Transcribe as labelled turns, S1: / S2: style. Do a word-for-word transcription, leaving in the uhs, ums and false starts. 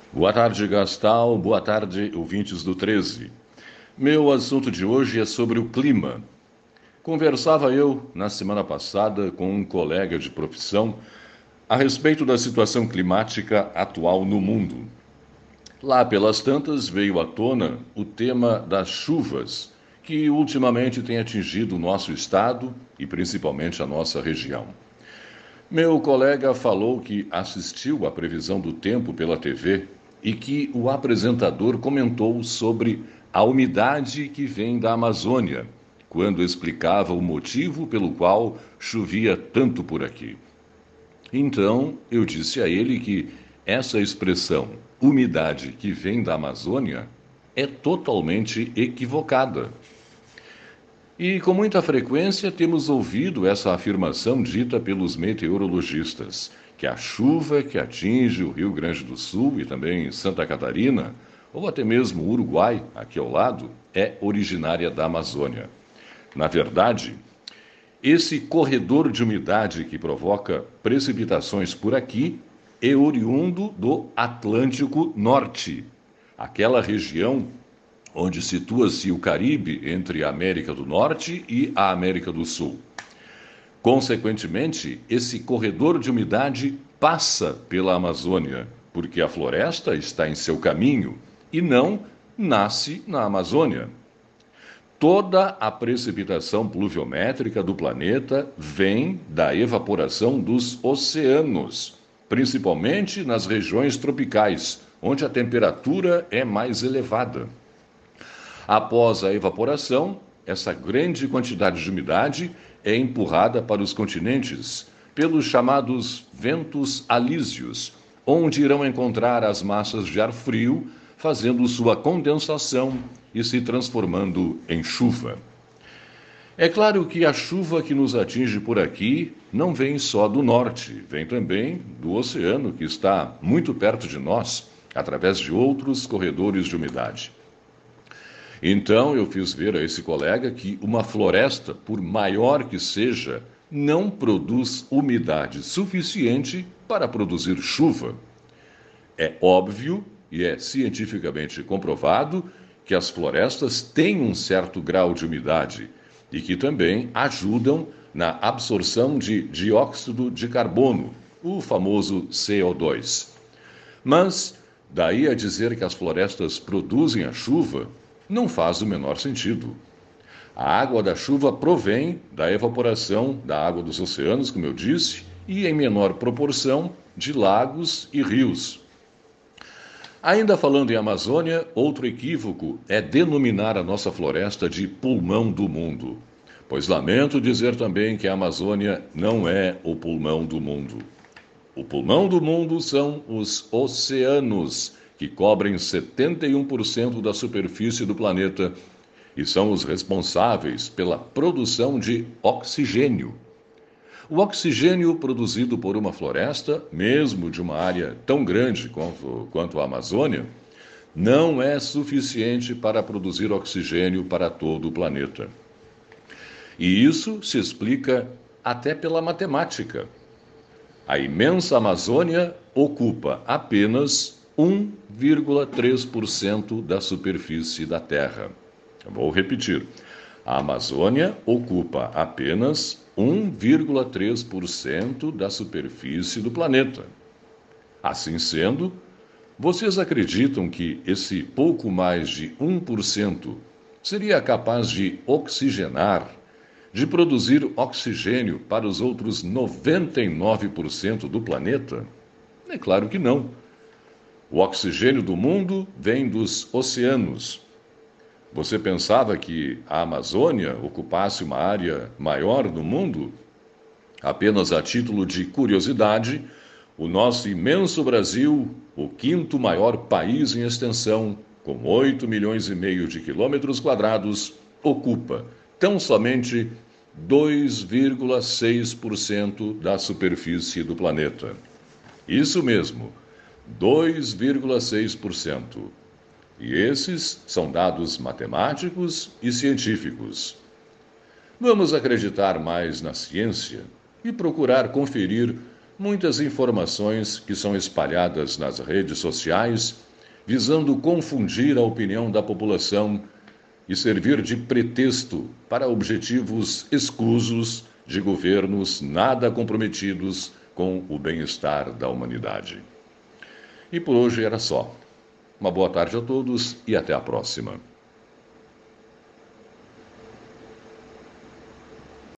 S1: Boa tarde, Gastal. Boa tarde, ouvintes do treze. Meu assunto de hoje é sobre o clima. Conversava eu, na semana passada, com um colega de profissão a respeito da situação climática atual no mundo. Lá pelas tantas veio à tona o tema das chuvas, que ultimamente tem atingido o nosso estado e principalmente a nossa região. Meu colega falou que assistiu à previsão do tempo pela T V e que o apresentador comentou sobre a umidade que vem da Amazônia, quando explicava o motivo pelo qual chovia tanto por aqui. Então, eu disse a ele que essa expressão, umidade que vem da Amazônia, é totalmente equivocada. E com muita frequência temos ouvido essa afirmação dita pelos meteorologistas, que a chuva que atinge o Rio Grande do Sul e também Santa Catarina, ou até mesmo o Uruguai, aqui ao lado, é originária da Amazônia. Na verdade, esse corredor de umidade que provoca precipitações por aqui é oriundo do Atlântico Norte, aquela região onde situa-se o Caribe entre a América do Norte e a América do Sul. Consequentemente, esse corredor de umidade passa pela Amazônia, porque a floresta está em seu caminho e não nasce na Amazônia. Toda a precipitação pluviométrica do planeta vem da evaporação dos oceanos, principalmente nas regiões tropicais, onde a temperatura é mais elevada. Após a evaporação, essa grande quantidade de umidade é empurrada para os continentes pelos chamados ventos alísios, onde irão encontrar as massas de ar frio, fazendo sua condensação e se transformando em chuva. É claro que a chuva que nos atinge por aqui não vem só do norte, vem também do oceano, que está muito perto de nós, através de outros corredores de umidade. Então eu fiz ver a esse colega que uma floresta, por maior que seja, não produz umidade suficiente para produzir chuva. É óbvio e é cientificamente comprovado que as florestas têm um certo grau de umidade e que também ajudam na absorção de dióxido de carbono, o famoso C O dois. Mas daí a dizer que as florestas produzem a chuva, não faz o menor sentido. A água da chuva provém da evaporação da água dos oceanos, como eu disse, e em menor proporção de lagos e rios. Ainda falando em Amazônia, outro equívoco é denominar a nossa floresta de pulmão do mundo. Pois lamento dizer também que a Amazônia não é o pulmão do mundo. O pulmão do mundo são os oceanos, que cobrem setenta e um por cento da superfície do planeta e são os responsáveis pela produção de oxigênio. O oxigênio produzido por uma floresta, mesmo de uma área tão grande quanto, quanto a Amazônia, não é suficiente para produzir oxigênio para todo o planeta. E isso se explica até pela matemática. A imensa Amazônia ocupa apenas um vírgula três por cento da superfície da Terra. Eu vou repetir. A Amazônia ocupa apenas um vírgula três por cento da superfície do planeta. Assim sendo, vocês acreditam que esse pouco mais de um por cento seria capaz de oxigenar, de produzir oxigênio para os outros noventa e nove por cento do planeta? É claro que não. O oxigênio do mundo vem dos oceanos. Você pensava que a Amazônia ocupasse uma área maior do mundo? Apenas a título de curiosidade, o nosso imenso Brasil, o quinto maior país em extensão, com oito milhões e meio de quilômetros quadrados, ocupa tão somente dois vírgula seis por cento da superfície do planeta. Isso mesmo, dois vírgula seis por cento. E esses são dados matemáticos e científicos. Vamos acreditar mais na ciência e procurar conferir muitas informações que são espalhadas nas redes sociais, visando confundir a opinião da população e servir de pretexto para objetivos escusos de governos nada comprometidos com o bem-estar da humanidade. E por hoje era só. Uma boa tarde a todos e até a próxima.